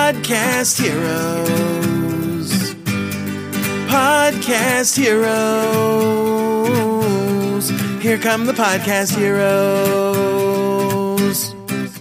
Podcast Heroes. Podcast Heroes. Here come the Podcast Heroes.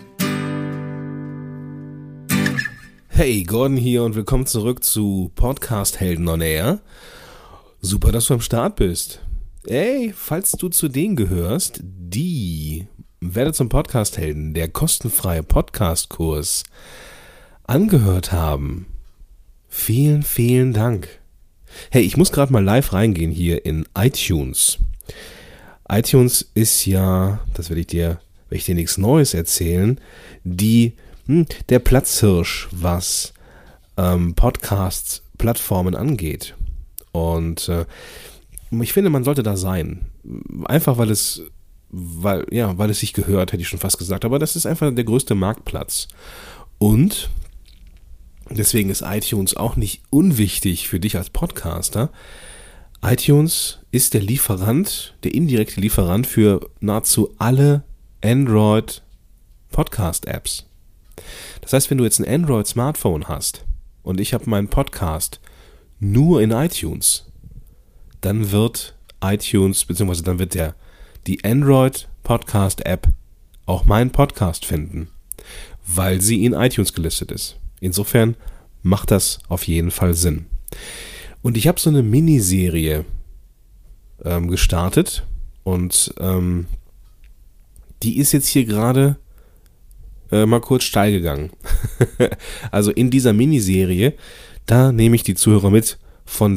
Hey, Gordon hier und willkommen zurück zu Podcast Helden on Air. Super, dass du am Start bist. Ey, falls du zu denen gehörst, die Werde zum Podcast Helden, der kostenfreie Podcast-Kurs, angehört haben, vielen, vielen Dank. Hey, ich muss gerade mal live reingehen hier in iTunes. iTunes ist ja, das werde ich dir nichts Neues erzählen, der Platzhirsch, was Podcasts-Plattformen angeht. Und ich finde, man sollte da sein. Einfach, weil es sich gehört, hätte ich schon fast gesagt. Aber das ist einfach der größte Marktplatz. Und deswegen ist iTunes auch nicht unwichtig für dich als Podcaster. iTunes ist der indirekte Lieferant für nahezu alle Android-Podcast-Apps. Das heißt, wenn du jetzt ein Android-Smartphone hast und ich habe meinen Podcast nur in iTunes, dann wird iTunes, beziehungsweise dann wird die Android-Podcast-App auch meinen Podcast finden, weil sie in iTunes gelistet ist. Insofern macht das auf jeden Fall Sinn. Und ich habe so eine Miniserie gestartet und die ist jetzt hier gerade mal kurz steil gegangen. Also in dieser Miniserie, da nehme ich die Zuhörer mit vom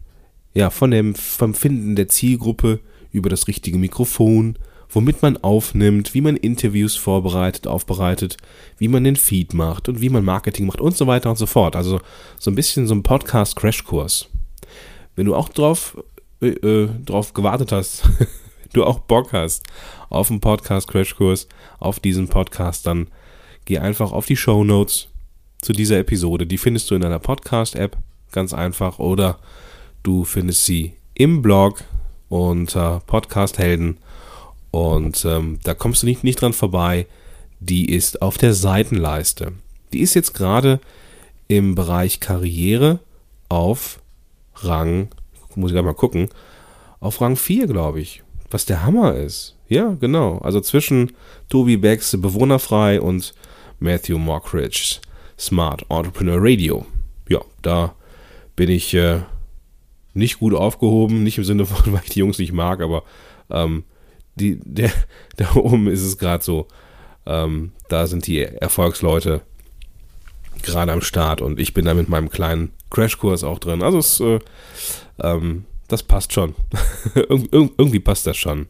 Finden der Zielgruppe über das richtige Mikrofon, womit man aufnimmt, wie man Interviews aufbereitet, wie man den Feed macht und wie man Marketing macht und so weiter und so fort. Also so ein bisschen so ein Podcast-Crashkurs. Wenn du auch drauf gewartet hast, du auch Bock hast auf einen Podcast-Crashkurs, auf diesen Podcast, dann geh einfach auf die Shownotes zu dieser Episode. Die findest du in einer Podcast-App, ganz einfach, oder du findest sie im Blog unter Podcast Helden und da kommst du nicht dran vorbei. Die ist auf der Seitenleiste. Die ist jetzt gerade im Bereich Karriere auf Rang, muss ich mal gucken, auf Rang 4, glaube ich. Was der Hammer ist. Ja, genau. Also zwischen Toby Becks Bewohnerfrei und Matthew Mockridge's Smart Entrepreneur Radio. Ja, da bin ich nicht gut aufgehoben. Nicht im Sinne von, weil ich die Jungs nicht mag, aber da oben ist es gerade so. Da sind die Erfolgsleute gerade am Start und ich bin da mit meinem kleinen Crashkurs auch drin. Also das passt schon. Irgendwie passt das schon.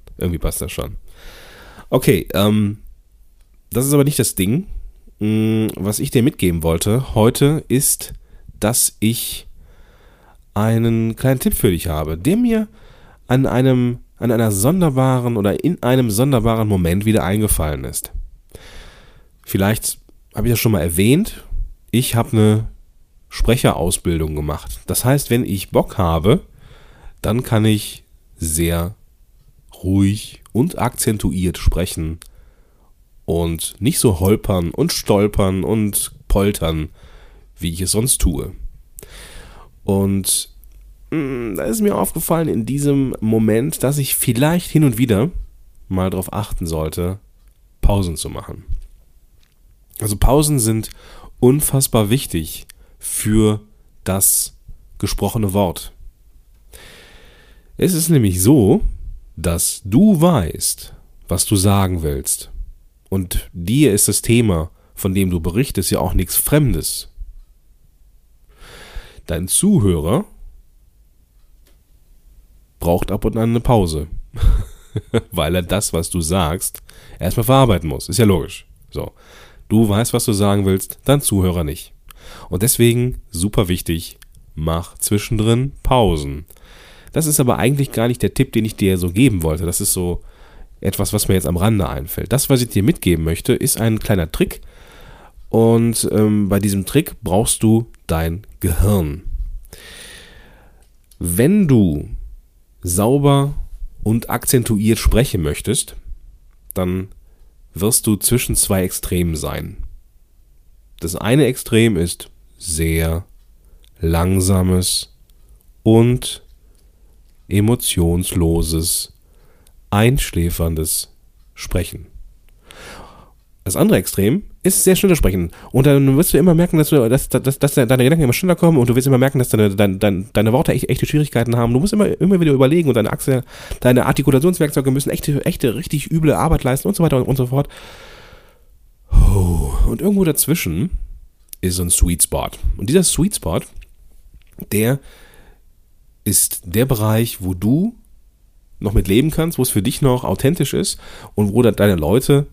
Okay, das ist aber nicht das Ding. Was ich dir mitgeben wollte heute ist, dass ich einen kleinen Tipp für dich habe, der mir in einem sonderbaren Moment wieder eingefallen ist. Vielleicht habe ich das schon mal erwähnt. Ich habe eine Sprecherausbildung gemacht. Das heißt, wenn ich Bock habe, dann kann ich sehr ruhig und akzentuiert sprechen und nicht so holpern und stolpern und poltern, wie ich es sonst tue. Und da ist mir aufgefallen in diesem Moment, dass ich vielleicht hin und wieder mal darauf achten sollte, Pausen zu machen. Also Pausen sind unfassbar wichtig für das gesprochene Wort. Es ist nämlich so, dass du weißt, was du sagen willst. Und dir ist das Thema, von dem du berichtest, ja auch nichts Fremdes. Dein Zuhörer braucht ab und an eine Pause, weil er das, was du sagst, erstmal verarbeiten muss. Ist ja logisch. So, du weißt, was du sagen willst, dein Zuhörer nicht. Und deswegen, super wichtig, mach zwischendrin Pausen. Das ist aber eigentlich gar nicht der Tipp, den ich dir so geben wollte. Das ist so etwas, was mir jetzt am Rande einfällt. Das, was ich dir mitgeben möchte, ist ein kleiner Trick. Und bei diesem Trick brauchst du dein Gehirn. Wenn du sauber und akzentuiert sprechen möchtest, dann wirst du zwischen zwei Extremen sein. Das eine Extrem ist sehr langsames und emotionsloses, einschläferndes Sprechen. Das andere Extrem ist sehr schnelles Sprechen. Und dann wirst du immer merken, dass deine Gedanken immer schneller kommen und du wirst immer merken, dass deine Worte echte Schwierigkeiten haben. Du musst immer wieder überlegen und deine Artikulationswerkzeuge müssen echte, richtig üble Arbeit leisten und so weiter und so fort. Und irgendwo dazwischen ist so ein Sweet Spot. Und dieser Sweet Spot, der ist der Bereich, wo du noch mit leben kannst, wo es für dich noch authentisch ist und wo deine Leute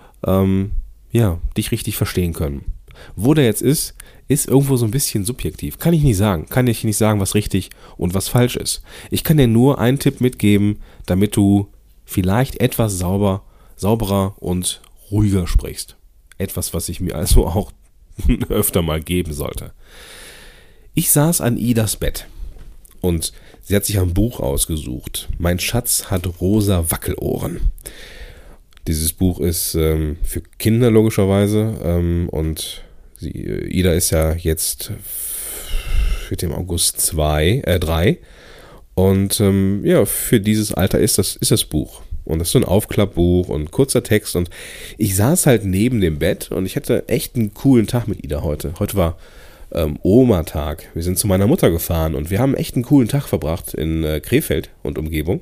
dich richtig verstehen können. Wo der jetzt ist irgendwo so ein bisschen subjektiv. Kann ich nicht sagen. Kann ich nicht sagen, was richtig und was falsch ist. Ich kann dir nur einen Tipp mitgeben, damit du vielleicht etwas sauberer und ruhiger sprichst. Etwas, was ich mir also auch öfter mal geben sollte. Ich saß an Idas Bett und sie hat sich ein Buch ausgesucht. Mein Schatz hat rosa Wackelohren. Dieses Buch ist für Kinder logischerweise und Ida ist ja jetzt für den August 3 und für dieses Alter ist das Buch. Und das ist so ein Aufklappbuch und kurzer Text und ich saß halt neben dem Bett und ich hatte echt einen coolen Tag mit Ida heute. Heute war Oma-Tag. Wir sind zu meiner Mutter gefahren und wir haben echt einen coolen Tag verbracht in Krefeld und Umgebung.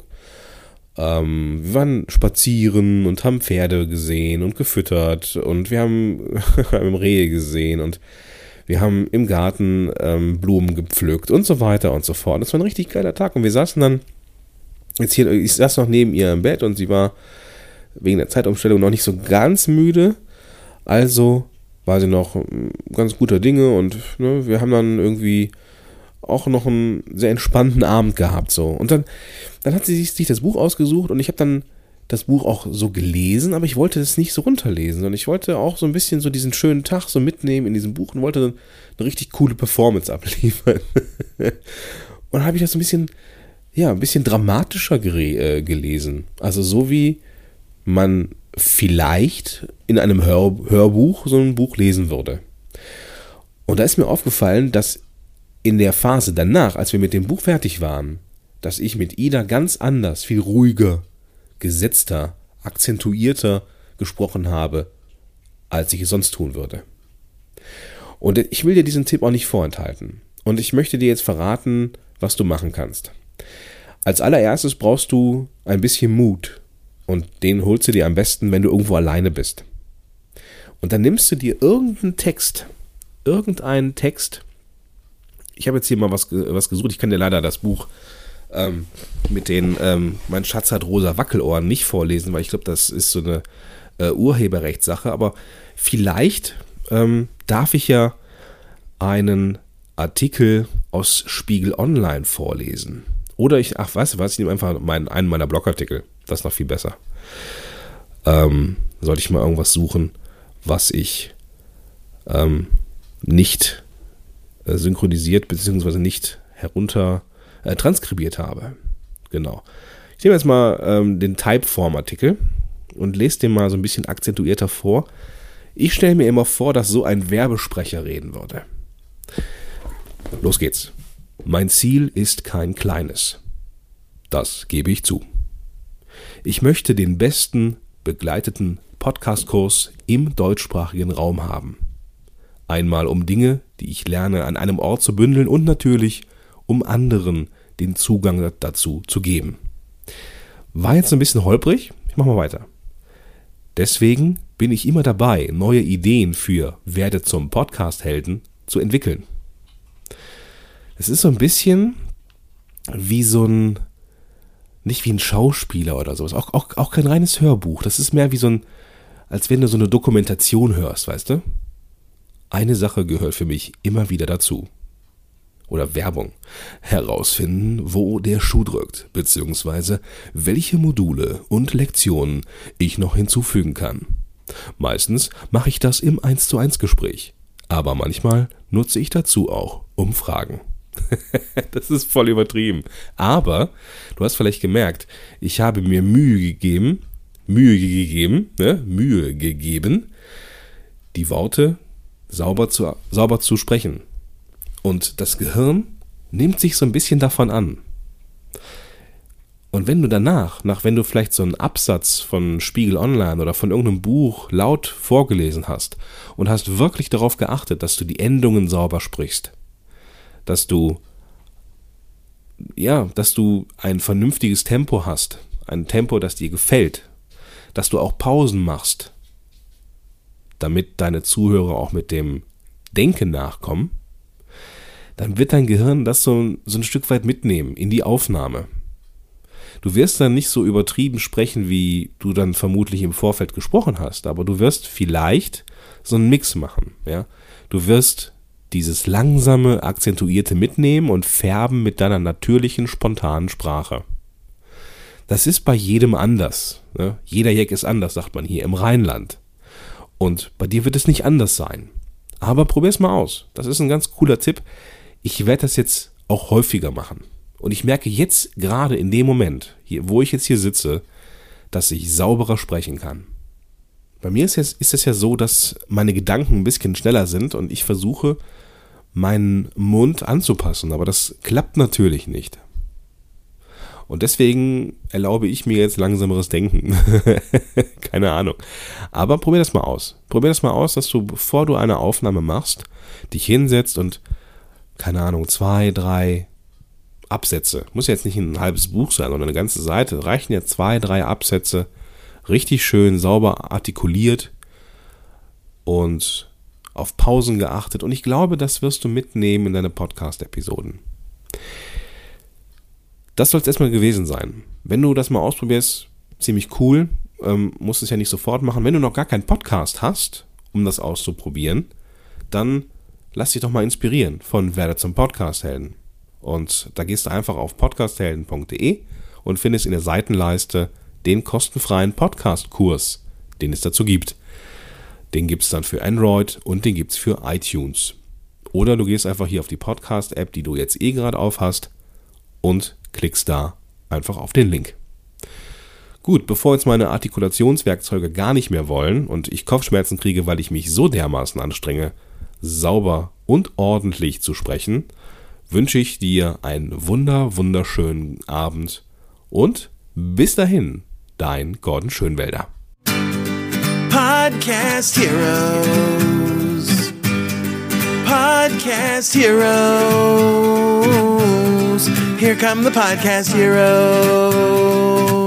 Wir waren spazieren und haben Pferde gesehen und gefüttert und wir haben Rehe gesehen und wir haben im Garten Blumen gepflückt und so weiter und so fort. Das war ein richtig geiler Tag und wir saßen dann ich saß noch neben ihr im Bett und sie war wegen der Zeitumstellung noch nicht so ganz müde, also war sie noch ganz guter Dinge und wir haben dann irgendwie auch noch einen sehr entspannten Abend gehabt so. Und dann hat sie sich das Buch ausgesucht und ich habe dann das Buch auch so gelesen, aber ich wollte es nicht so runterlesen, sondern ich wollte auch so ein bisschen so diesen schönen Tag so mitnehmen in diesem Buch und wollte eine richtig coole Performance abliefern. Und dann habe ich das ein bisschen dramatischer gelesen. Also so wie man vielleicht in einem Hörbuch so ein Buch lesen würde. Und da ist mir aufgefallen, dass in der Phase danach, als wir mit dem Buch fertig waren, dass ich mit Ida ganz anders, viel ruhiger, gesetzter, akzentuierter gesprochen habe, als ich es sonst tun würde. Und ich will dir diesen Tipp auch nicht vorenthalten. Und ich möchte dir jetzt verraten, was du machen kannst. Als allererstes brauchst du ein bisschen Mut. Und den holst du dir am besten, wenn du irgendwo alleine bist. Und dann nimmst du dir irgendeinen Text. Ich habe jetzt hier mal was gesucht. Ich kann dir leider das Buch mit den Mein Schatz hat rosa Wackelohren nicht vorlesen, weil ich glaube, das ist so eine Urheberrechtssache. Aber vielleicht darf ich ja einen Artikel aus Spiegel Online vorlesen. Oder ich nehme einfach einen meiner Blogartikel. Das ist noch viel besser. Sollte ich mal irgendwas suchen, was ich nicht synchronisiert bzw. nicht transkribiert habe. Genau. Ich nehme jetzt mal den Typeform-Artikel und lese den mal so ein bisschen akzentuierter vor. Ich stelle mir immer vor, dass so ein Werbesprecher reden würde. Los geht's. Mein Ziel ist kein kleines. Das gebe ich zu. Ich möchte den besten begleiteten Podcast-Kurs im deutschsprachigen Raum haben. Einmal um Dinge, die ich lerne, an einem Ort zu bündeln und natürlich, um anderen den Zugang dazu zu geben. War jetzt ein bisschen holprig, ich mache mal weiter. Deswegen bin ich immer dabei, neue Ideen für Werde zum Podcast-Helden zu entwickeln. Es ist so ein bisschen wie nicht wie ein Schauspieler oder sowas, auch kein reines Hörbuch. Das ist mehr wie als wenn du so eine Dokumentation hörst, weißt du? Eine Sache gehört für mich immer wieder dazu. Oder Werbung. Herausfinden, wo der Schuh drückt, beziehungsweise welche Module und Lektionen ich noch hinzufügen kann. Meistens mache ich das im 1:1 Gespräch, aber manchmal nutze ich dazu auch Umfragen. Das ist voll übertrieben. Aber du hast vielleicht gemerkt, ich habe mir Mühe gegeben, die Worte sauber zu sprechen. Und das Gehirn nimmt sich so ein bisschen davon an. Und wenn du danach, wenn du vielleicht so einen Absatz von Spiegel Online oder von irgendeinem Buch laut vorgelesen hast und hast wirklich darauf geachtet, dass du die Endungen sauber sprichst, dass du ein vernünftiges Tempo hast, ein Tempo, das dir gefällt, dass du auch Pausen machst, damit deine Zuhörer auch mit dem Denken nachkommen, dann wird dein Gehirn das so ein Stück weit mitnehmen in die Aufnahme. Du wirst dann nicht so übertrieben sprechen, wie du dann vermutlich im Vorfeld gesprochen hast, aber du wirst vielleicht so einen Mix machen. Ja? Du wirst dieses langsame, akzentuierte mitnehmen und färben mit deiner natürlichen, spontanen Sprache. Das ist bei jedem anders. Ne? Jeder Jack ist anders, sagt man hier im Rheinland. Und bei dir wird es nicht anders sein. Aber probier's mal aus. Das ist ein ganz cooler Tipp. Ich werde das jetzt auch häufiger machen. Und ich merke jetzt gerade in dem Moment, wo ich jetzt hier sitze, dass ich sauberer sprechen kann. Bei mir ist es ja so, dass meine Gedanken ein bisschen schneller sind und ich versuche, meinen Mund anzupassen. Aber das klappt natürlich nicht. Und deswegen erlaube ich mir jetzt langsameres Denken. Keine Ahnung. Aber probier das mal aus. Probier das mal aus, dass du, bevor du eine Aufnahme machst, dich hinsetzt und, keine Ahnung, 2, 3 Absätze. Muss jetzt nicht ein halbes Buch sein, sondern eine ganze Seite. Reichen ja 2, 3 Absätze. Richtig schön, sauber artikuliert und auf Pausen geachtet. Und ich glaube, das wirst du mitnehmen in deine Podcast-Episoden. Das soll es erstmal gewesen sein. Wenn du das mal ausprobierst, ziemlich cool. Musst es ja nicht sofort machen. Wenn du noch gar keinen Podcast hast, um das auszuprobieren, dann lass dich doch mal inspirieren von Werde zum Podcast-Helden. Und da gehst du einfach auf podcasthelden.de und findest in der Seitenleiste den kostenfreien Podcast-Kurs, den es dazu gibt. Den gibt es dann für Android und den gibt es für iTunes. Oder du gehst einfach hier auf die Podcast-App, die du jetzt gerade auf hast, und klickst da einfach auf den Link. Gut, bevor jetzt meine Artikulationswerkzeuge gar nicht mehr wollen und ich Kopfschmerzen kriege, weil ich mich so dermaßen anstrenge, sauber und ordentlich zu sprechen, wünsche ich dir einen wunderschönen Abend und bis dahin, dein Gordon Schönwelder. Podcast Heroes. Podcast Heroes. Here come the Podcast Heroes.